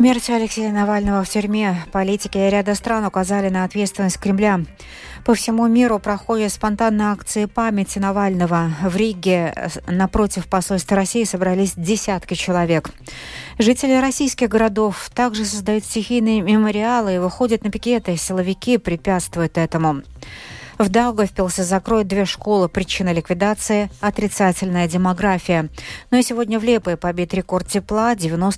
Смерть Алексея Навального в тюрьме. Политики ряда стран указали на ответственность Кремля. По всему миру проходят спонтанные акции памяти Навального. В Риге напротив посольства России собрались десятки человек. Жители российских городов также создают стихийные мемориалы и выходят на пикеты. Силовики препятствуют этому. В Даугавпилсе закроют 2 школы. Причина ликвидации – отрицательная демография. Ну и сегодня в Лепое побит рекорд тепла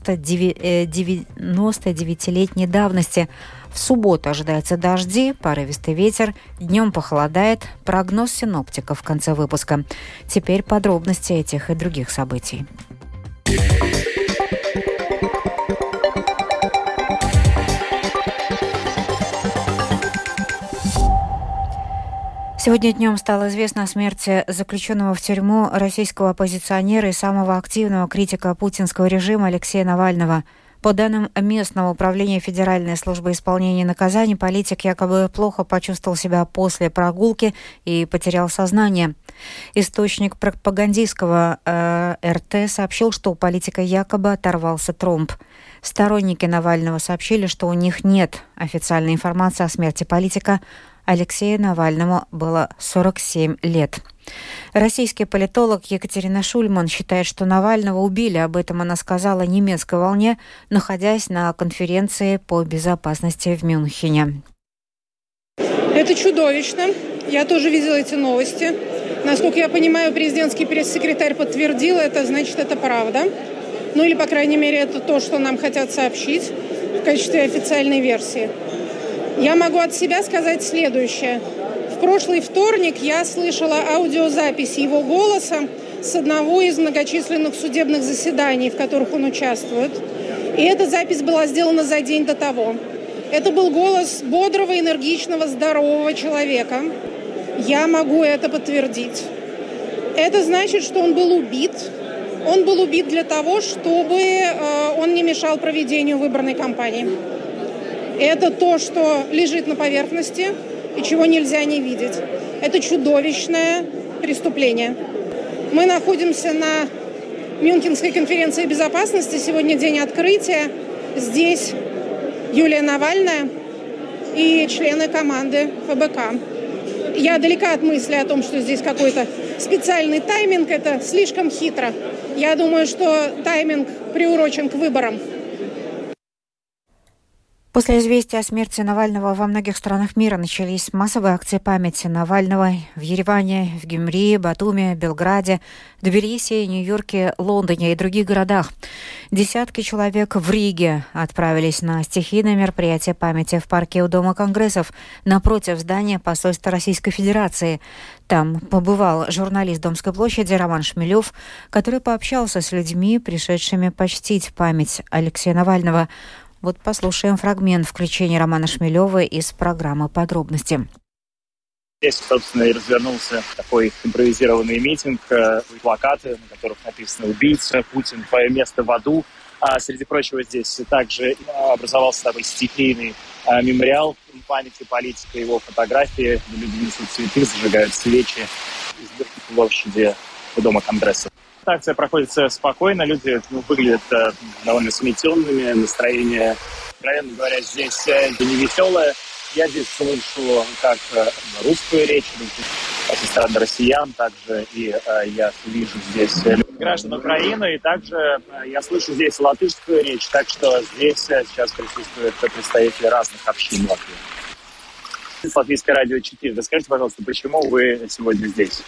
99-летней давности. В субботу ожидаются дожди, порывистый ветер, днем похолодает. Прогноз синоптиков в конце выпуска. Теперь подробности этих и других событий. Сегодня днем стало известно о смерти заключенного в тюрьму российского оппозиционера и самого активного критика путинского режима Алексея Навального. По данным местного управления Федеральной службы исполнения наказаний, политик якобы плохо почувствовал себя после прогулки и потерял сознание. Источник пропагандистского РТ сообщил, что у политика якобы оторвался тромб. Сторонники Навального сообщили, что у них нет официальной информации о смерти политика. Алексею Навальному было 47 лет. Российский политолог Екатерина Шульман считает, что Навального убили. Об этом она сказала немецкой волне, находясь на конференции по безопасности в Мюнхене. Это чудовищно. Я тоже видела эти новости. Насколько я понимаю, президентский пресс-секретарь подтвердил это, значит, это правда. Ну или, по крайней мере, это то, что нам хотят сообщить в качестве официальной версии. Я могу от себя сказать следующее. В прошлый вторник я слышала аудиозапись его голоса с одного из многочисленных судебных заседаний, в которых он участвует. И эта запись была сделана за день до того. Это был голос бодрого, энергичного, здорового человека. Я могу это подтвердить. Это значит, что он был убит. Он был убит для того, чтобы он не мешал проведению выборной кампании. Это то, что лежит на поверхности и чего нельзя не видеть. Это чудовищное преступление. Мы находимся на Мюнхенской конференции безопасности. Сегодня день открытия. Здесь Юлия Навальная и члены команды ФБК. Я далека от мысли о том, что здесь какой-то специальный тайминг. Это слишком хитро. Я думаю, что тайминг приурочен к выборам. После известия о смерти Навального во многих странах мира начались массовые акции памяти Навального в Ереване, в Гюмри, Батуми, Белграде, Тбилиси, Нью-Йорке, Лондоне и других городах. Десятки человек в Риге отправились на стихийное мероприятие памяти в парке у Дома конгрессов напротив здания посольства Российской Федерации. Там побывал журналист Домской площади Роман Шмелев, который пообщался с людьми, пришедшими почтить память Алексея Навального. Вот послушаем фрагмент включения Романа Шмелева из программы «Подробности». Здесь, собственно, и развернулся такой импровизированный митинг, плакаты, на которых написано «Убийца, Путин, твое место в аду». А среди прочего здесь также образовался такой стихийный мемориал памяти политика, его фотографии. Люди несут цветы, зажигают свечи из площади у Дома конгрессов. Акция проходит спокойно, люди выглядят довольно сметенными, настроение, откровенно говоря, здесь не веселое. Я здесь слышу как русскую речь со стороны россиян, также и я вижу здесь граждан Украины, и также я слышу здесь латышскую речь, так что здесь сейчас присутствуют представители разных общин Латвии. Латвийское радио 4. Скажите, пожалуйста, почему вы сегодня здесь?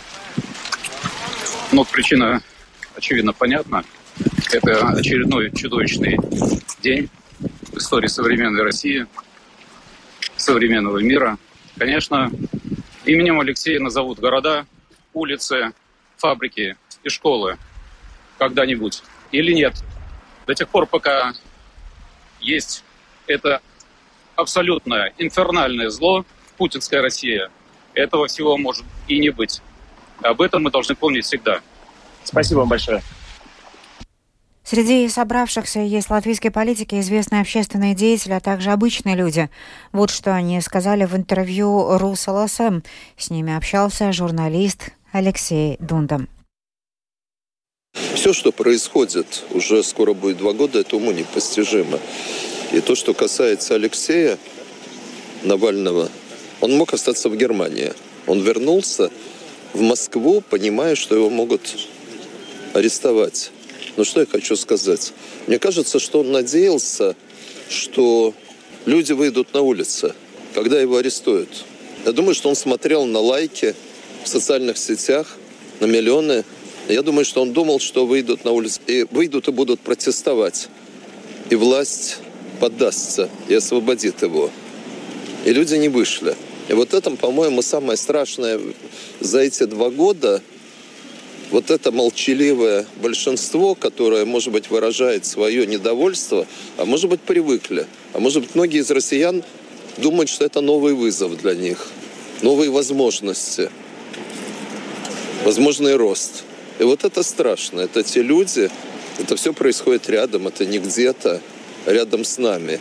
Ну, причина, очевидно, понятна. Это очередной чудовищный день в истории современной России, современного мира. Конечно, именем Алексея назовут города, улицы, фабрики и школы когда-нибудь. Или нет. До тех пор, пока есть это абсолютно инфернальное зло, путинская Россия, этого всего может и не быть. Об этом мы должны помнить всегда. Спасибо вам большое. Среди собравшихся есть латвийские политики, известные общественные деятели, а также обычные люди. Вот что они сказали в интервью РусЛСМ. С ними общался журналист Алексей Дунда. Все, что происходит, уже скоро будет 2 года, это уму непостижимо. И то, что касается Алексея Навального, он мог остаться в Германии. Он вернулся в Москву, понимая, что его могут арестовать. Но что я хочу сказать? Мне кажется, что он надеялся, что люди выйдут на улицы, когда его арестуют. Я думаю, что он смотрел на лайки в социальных сетях, на миллионы. Я думаю, что он думал, что выйдут на улицы. И выйдут и будут протестовать. И власть поддастся и освободит его. И люди не вышли. И вот это, по-моему, самое страшное за эти 2 года. Вот это молчаливое большинство, которое, может быть, выражает свое недовольство, а может быть, привыкли. А может быть, многие из россиян думают, что это новый вызов для них. Новые возможности. Возможный рост. И вот это страшно. Это те люди, это все происходит рядом, это не где-то, рядом с нами.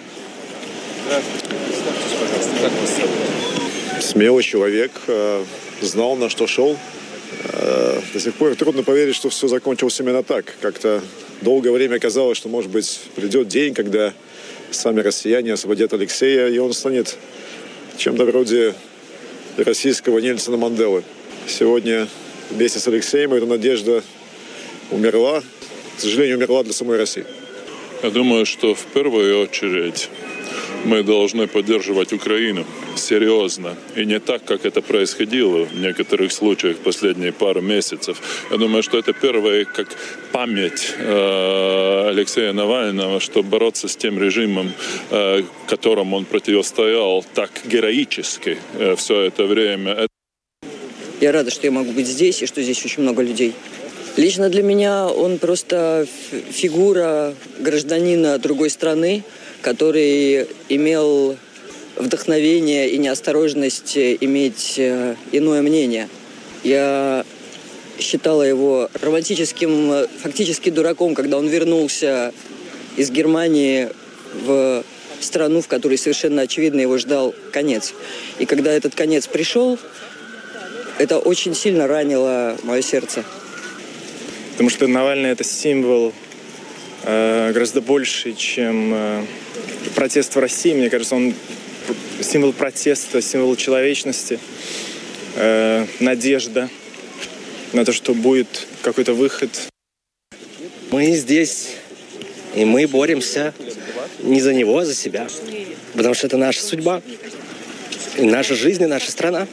Смелый человек, знал, на что шел. До сих пор трудно поверить, что все закончилось именно так. Как-то долгое время казалось, что, может быть, придет день, когда сами россияне освободят Алексея, и он станет чем-то вроде российского Нельсона Манделы. Сегодня вместе с Алексеем эта надежда умерла. К сожалению, умерла для самой России. Я думаю, что в первую очередь мы должны поддерживать Украину серьезно. И не так, как это происходило в некоторых случаях в последние пару месяцев. Я думаю, что это первое, как память Алексея Навального, чтобы бороться с тем режимом, которому он противостоял так героически все это время. Я рада, что я могу быть здесь и что здесь очень много людей. Лично для меня он просто фигура гражданина другой страны, который имел вдохновение и неосторожность иметь иное мнение. Я считала его романтическим, фактически дураком, когда он вернулся из Германии в страну, в которой совершенно очевидно его ждал конец. И когда этот конец пришел, это очень сильно ранило мое сердце. Потому что Навальный – это символ гораздо больше, чем протест в России. Мне кажется, он символ протеста, символ человечности, надежда на то, что будет какой-то выход. Мы здесь, и мы боремся не за него, а за себя. Потому что это наша судьба, и наша жизнь, и наша страна.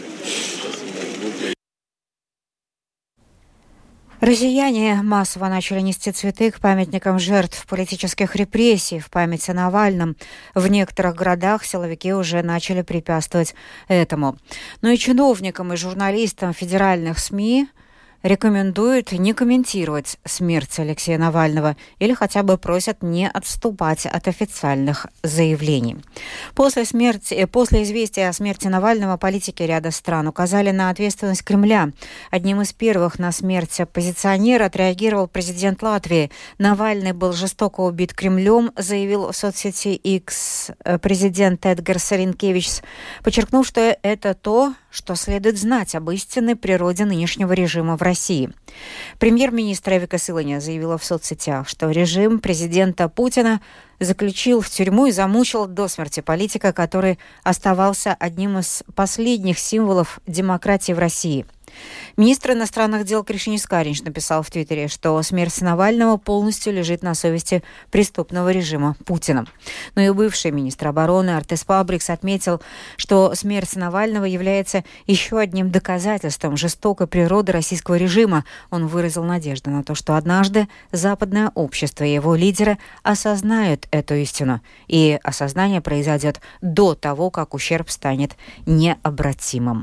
Россияне массово начали нести цветы к памятникам жертв политических репрессий в память о Навальном. В некоторых городах силовики уже начали препятствовать этому. Но и чиновникам, и журналистам федеральных СМИ рекомендуют не комментировать смерть Алексея Навального или хотя бы просят не отступать от официальных заявлений. После известия о смерти Навального политики ряда стран указали на ответственность Кремля. Одним из первых на смерть оппозиционера отреагировал президент Латвии. Навальный был жестоко убит Кремлем, заявил в соцсети X президент Эдгарс Ринкевичс, подчеркнув, что это то, что следует знать об истинной природе нынешнего режима в России. Премьер-министр Эвика Силаня заявила в соцсетях, что режим президента Путина заключил в тюрьму и замучил до смерти политика, который оставался одним из последних символов демократии в России. Министр иностранных дел Кришинис Каринч написал в Твиттере, что смерть Навального полностью лежит на совести преступного режима Путина. Но и бывший министр обороны Артес Пабрикс отметил, что смерть Навального является еще одним доказательством жестокой природы российского режима. Он выразил надежду на то, что однажды западное общество и его лидеры осознают эту истину. И осознание произойдет до того, как ущерб станет необратимым.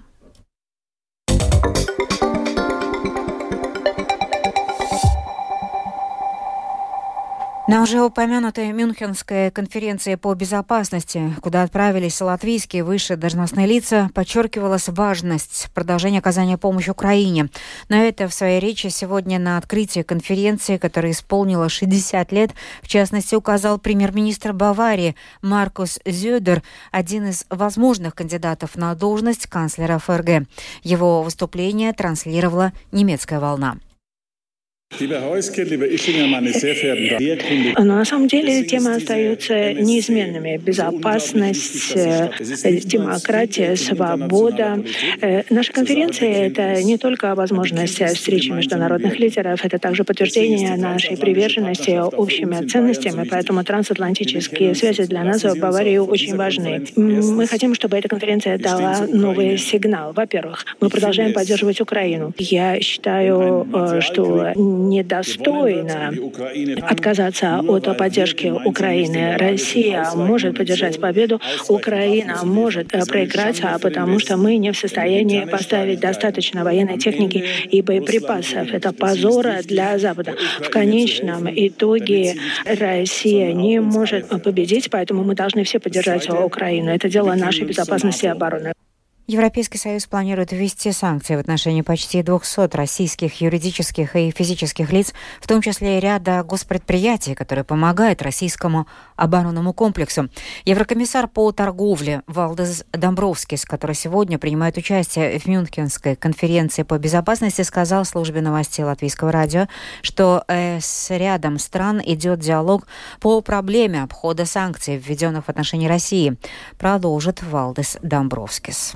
На уже упомянутой Мюнхенской конференции по безопасности, куда отправились латвийские высшие должностные лица, подчеркивалась важность продолжения оказания помощи Украине. На это в своей речи сегодня на открытии конференции, которая исполнила 60 лет, в частности, указал премьер-министр Баварии Маркус Зёдер, один из возможных кандидатов на должность канцлера ФРГ. Его выступление транслировала немецкая волна. Но на самом деле темы остаются неизменными. Безопасность, демократия, свобода. Наша конференция — это не только возможность встречи международных лидеров, это также подтверждение нашей приверженности общими ценностями, поэтому трансатлантические связи для нас в Баварии очень важны. Мы хотим, чтобы эта конференция дала новый сигнал. Во-первых, мы продолжаем поддерживать Украину. Я считаю, что недостойно отказаться от поддержки Украины. Россия может поддержать победу, Украина может проиграть, потому что мы не в состоянии поставить достаточно военной техники и боеприпасов. Это позор для Запада. В конечном итоге Россия не может победить, поэтому мы должны все поддержать Украину. Это дело нашей безопасности и обороны. Европейский Союз планирует ввести санкции в отношении почти 200 российских юридических и физических лиц, в том числе и ряда госпредприятий, которые помогают российскому оборонному комплексу. Еврокомиссар по торговле Валдис Домбровскис, который сегодня принимает участие в Мюнхенской конференции по безопасности, сказал службе новостей Латвийского радио, что с рядом стран идет диалог по проблеме обхода санкций, введенных в отношении России. Продолжит Валдис Домбровскис.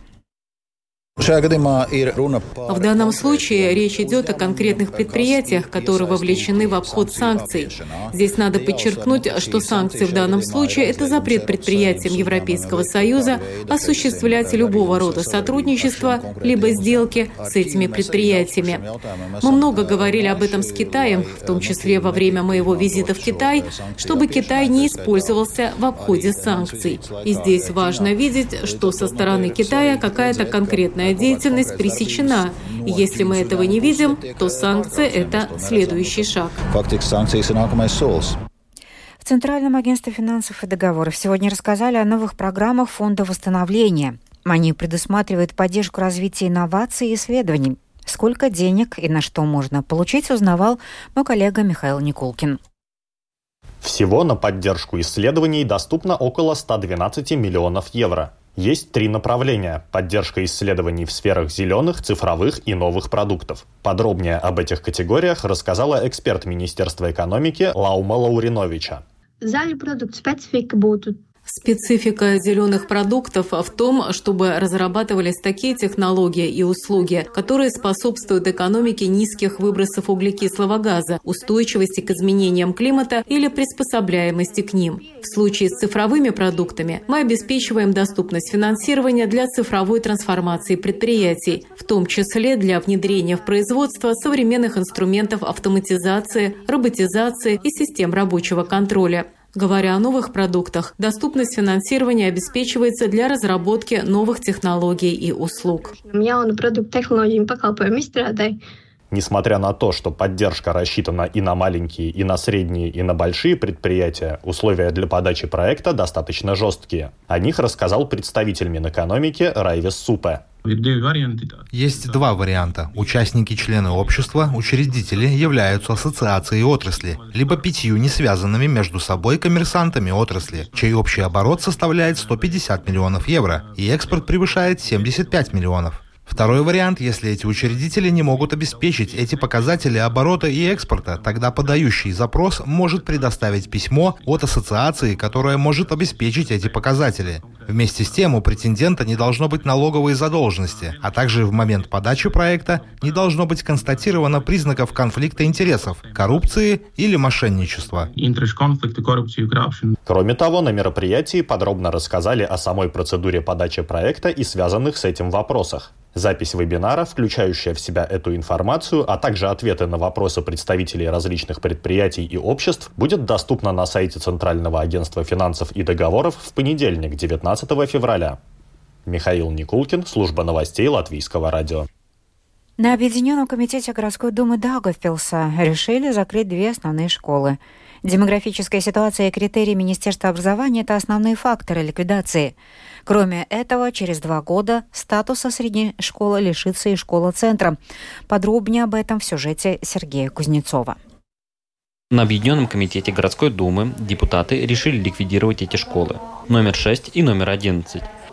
В данном случае речь идет о конкретных предприятиях, которые вовлечены в обход санкций. Здесь надо подчеркнуть, что санкции в данном случае – это запрет предприятиям Европейского Союза осуществлять любого рода сотрудничество либо сделки с этими предприятиями. Мы много говорили об этом с Китаем, в том числе во время моего визита в Китай, чтобы Китай не использовался в обходе санкций. И здесь важно видеть, что со стороны Китая какая-то конкретная деятельность пресечена. И если мы этого не видим, то санкции – это следующий шаг. В Центральном агентстве финансов и договоров сегодня рассказали о новых программах Фонда восстановления. Они предусматривают поддержку развития инноваций и исследований. Сколько денег и на что можно получить, узнавал мой коллега Михаил Никулкин. Всего на поддержку исследований доступно около 112 миллионов евро. Есть 3 направления – поддержка исследований в сферах зеленых, цифровых и новых продуктов. Подробнее об этих категориях рассказала эксперт Министерства экономики Лаума Лауриновича. Специфика зеленых продуктов в том, чтобы разрабатывались такие технологии и услуги, которые способствуют экономике низких выбросов углекислого газа, устойчивости к изменениям климата или приспособляемости к ним. В случае с цифровыми продуктами мы обеспечиваем доступность финансирования для цифровой трансформации предприятий, в том числе для внедрения в производство современных инструментов автоматизации, роботизации и систем рабочего контроля. Говоря о новых продуктах, доступность финансирования обеспечивается для разработки новых технологий и услуг. Несмотря на то, что поддержка рассчитана и на маленькие, и на средние, и на большие предприятия, условия для подачи проекта достаточно жесткие. О них рассказал представитель Минэкономики Райвис Супе. Есть 2 варианта. Участники, члены общества, учредители являются ассоциацией отрасли, либо 5 несвязанными между собой коммерсантами отрасли, чей общий оборот составляет 150 миллионов евро, и экспорт превышает 75 миллионов. Второй вариант, если эти учредители не могут обеспечить эти показатели оборота и экспорта, тогда подающий запрос может предоставить письмо от ассоциации, которая может обеспечить эти показатели. Вместе с тем у претендента не должно быть налоговой задолженности, а также в момент подачи проекта не должно быть констатировано признаков конфликта интересов, коррупции или мошенничества. Кроме того, на мероприятии подробно рассказали о самой процедуре подачи проекта и связанных с этим вопросах. Запись вебинара, включающая в себя эту информацию, а также ответы на вопросы представителей различных предприятий и обществ, будет доступна на сайте Центрального агентства финансов и договоров в понедельник, 19 февраля. Михаил Никулкин, служба новостей Латвийского радио. На Объединенном комитете городской думы Даугавпилса решили закрыть 2 основные школы. Демографическая ситуация и критерии Министерства образования – это основные факторы ликвидации. Кроме этого, через 2 года статуса средней школы лишится и школа-центра. Подробнее об этом в сюжете Сергея Кузнецова. На Объединенном комитете городской думы депутаты решили ликвидировать эти школы. Номер 6 и номер 11.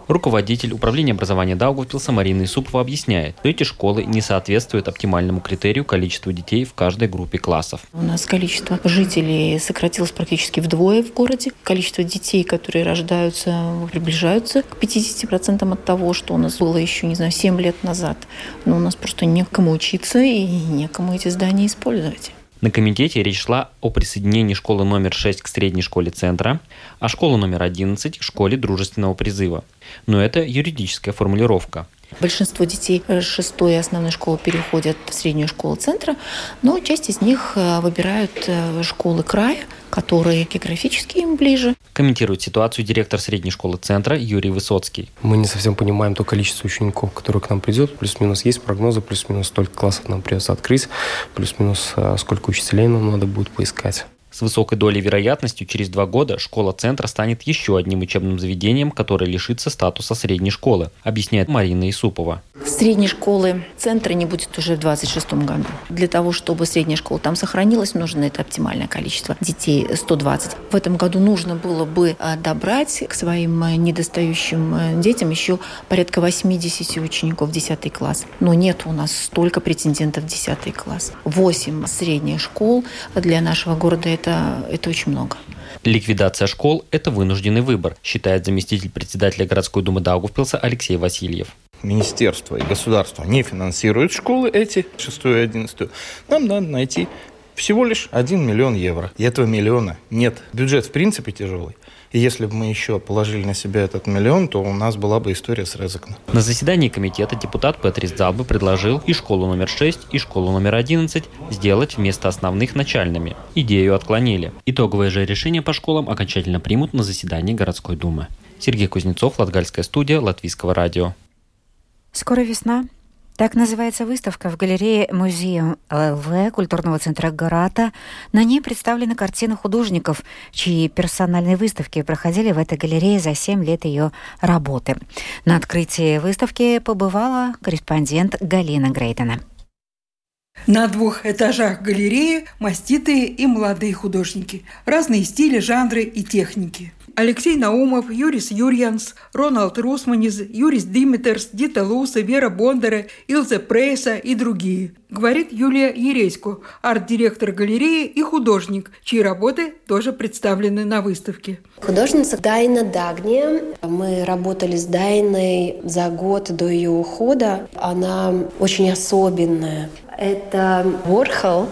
Руководитель управления образования Даугавпилса Марина Исупова объясняет, что эти школы не соответствуют оптимальному критерию количества детей в каждой группе классов. У нас количество жителей сократилось практически вдвое в городе. Количество детей, которые рождаются, приближаются к 50% от того, что у нас было еще, 7 лет назад. Но у нас просто некому учиться и некому эти здания использовать. На комитете речь шла о присоединении школы номер 6 к средней школе центра, а школу номер 11 к школе дружественного призыва. Но это юридическая формулировка. Большинство детей 6-й основной школы переходят в среднюю школу центра, но часть из них выбирают школы края, которые географически им ближе. Комментирует ситуацию директор средней школы центра Юрий Высоцкий. Мы не совсем понимаем то количество учеников, которые к нам придет. Плюс-минус есть прогнозы, плюс-минус столько классов нам придется открыть, плюс-минус сколько учителей нам надо будет поискать. С высокой долей вероятностью через 2 года школа центра станет еще одним учебным заведением, которое лишится статуса средней школы, объясняет Марина Исупова. Средней школы центра не будет уже в 2026 году. Для того, чтобы средняя школа там сохранилась, нужно это оптимальное количество детей 120. В этом году нужно было бы добрать к своим недостающим детям еще порядка 80 учеников в 10 класс. Но нет у нас столько претендентов в 10 класс. 8 средних школ для нашего города это очень много. Ликвидация школ – это вынужденный выбор, считает заместитель председателя городской думы Даугавпилса Алексей Васильев. Министерство и государство не финансируют школы эти, 6 и 11. Нам надо найти всего лишь 1 миллион евро. И этого миллиона нет. Бюджет в принципе тяжелый. И если бы мы еще положили на себя этот миллион, то у нас была бы история с Резекна. На заседании комитета депутат Петрис Залбы предложил и школу номер 6, и школу номер 11 сделать вместо основных начальными. Идею отклонили. Итоговое же решение по школам окончательно примут на заседании городской думы. Сергей Кузнецов, Латгальская студия, Латвийского радио. Скоро весна. Так называется выставка в галерее Музея ЛЛВ культурного центра Гората. На ней представлены картины художников, чьи персональные выставки проходили в этой галерее за 7 лет ее работы. На открытии выставки побывала корреспондент Галина Грейдена. На 2 этажах галереи маститые и молодые художники. Разные стили, жанры и техники. Алексей Наумов, Юрис Юрьянс, Роналд Русманис, Юрис Димитерс, Дита Луса, Вера Бондара, Илзе Прейса и другие. Говорит Юлия Ересько, арт-директор галереи и художник, чьи работы тоже представлены на выставке. Художница Дайна Дагния. Мы работали с Дайной за год до ее ухода. Она очень особенная. Это Ворхол.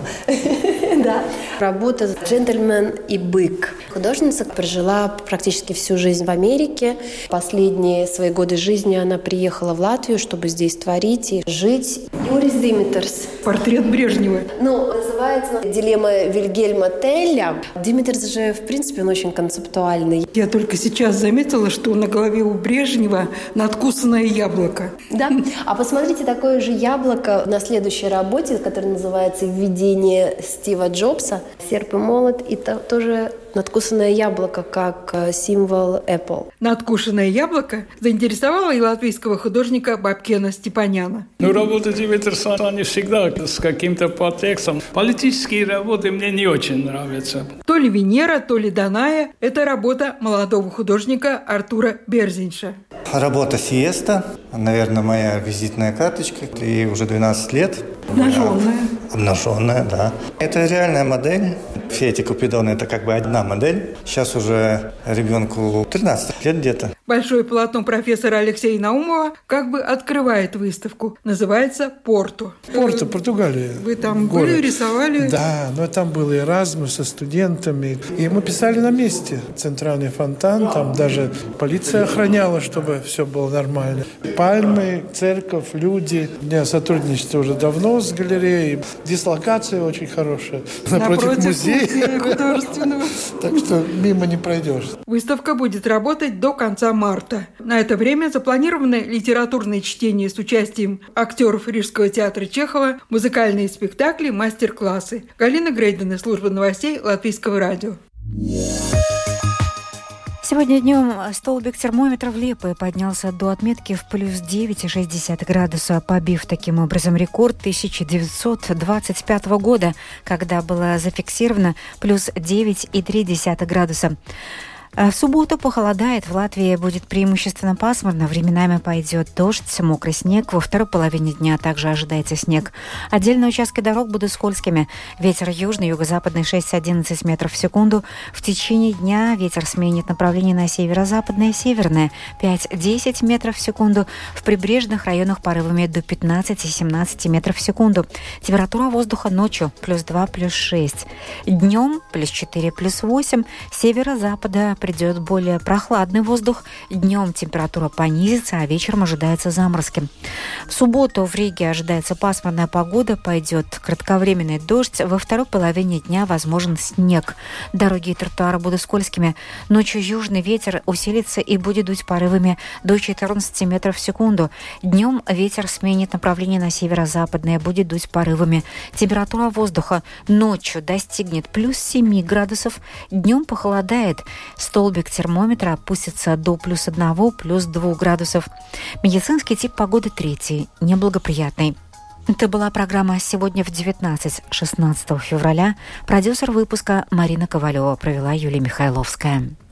Да. Работа «Джентльмен и бык». Художница прожила практически всю жизнь в Америке. Последние свои годы жизни она приехала в Латвию, чтобы здесь творить и жить. Юрис Димитерс. Портрет Брежнева. Называется «Дилемма Вильгельма Телля». Димитерс же, в принципе, он очень концептуальный. Я только сейчас заметила, что на голове у Брежнева надкусанное яблоко. Да. А посмотрите, такое же яблоко на следующей работе, которая называется «Введение Стива Джобса». Серп и молот, и тоже надкусанное яблоко, как символ Apple. Надкушенное яблоко заинтересовало и латвийского художника Бабкена Степаняна. Работы Димитерса, они всегда с каким-то подтекстом. Политические работы мне не очень нравятся. То ли Венера, то ли Даная – это работа молодого художника Артура Берзинша. Работа «Сиеста», наверное, моя визитная карточка. Ей уже 12 лет. Обнаженная. Обнаженная, да. Это реальная модель. Все эти купидоны – это как бы одна модель. Сейчас уже ребенку 13 лет где-то. Большое полотно профессора Алексея Наумова как бы открывает выставку. Называется «Порту». Порту, Португалия. Вы там были, рисовали? Да, но там был Эразмус со студентами. И мы писали на месте. Центральный фонтан, там даже полиция охраняла, чтобы все было нормально. Пальмы, церковь, люди. У меня сотрудничество уже давно с галереей. Дислокация очень хорошая. Напротив музея художественного. Так что мимо не пройдешь. Выставка будет работать до конца марта. На это время запланированы литературные чтения с участием актеров Рижского театра Чехова, музыкальные спектакли, мастер-классы. Галина Грейдена, служба новостей Латвийского радио. Сегодня днем столбик термометра в Лепое поднялся до отметки в плюс 9,6 градуса, побив таким образом рекорд 1925 года, когда было зафиксировано плюс 9,3 градуса. В субботу похолодает. В Латвии будет преимущественно пасмурно. Временами пойдет дождь, мокрый снег. Во второй половине дня также ожидается снег. Отдельные участки дорог будут скользкими. Ветер южный, юго-западный 6-11 метров в секунду. В течение дня ветер сменит направление на северо-западное и северное 5-10 метров в секунду. В прибрежных районах порывами до 15-17 метров в секунду. Температура воздуха ночью +2, +6. Днем +4, +8. С северо-запада придет более прохладный воздух. Днем температура понизится, а вечером ожидается заморозки. В субботу в Риге ожидается пасмурная погода, пойдет кратковременный дождь. Во второй половине дня возможен снег. Дороги и тротуары будут скользкими. Ночью южный ветер усилится и будет дуть порывами до 14 метров в секунду. Днем ветер сменит направление на северо-западное, будет дуть порывами. Температура воздуха ночью достигнет +7 градусов. Днем похолодает. Столбик термометра опустится до +1, +2 градусов. Медицинский тип погоды 3, неблагоприятный. Это была программа «Сегодня в 19», 16 февраля. Продюсер выпуска Марина Ковалева, провела Юлия Михайловская.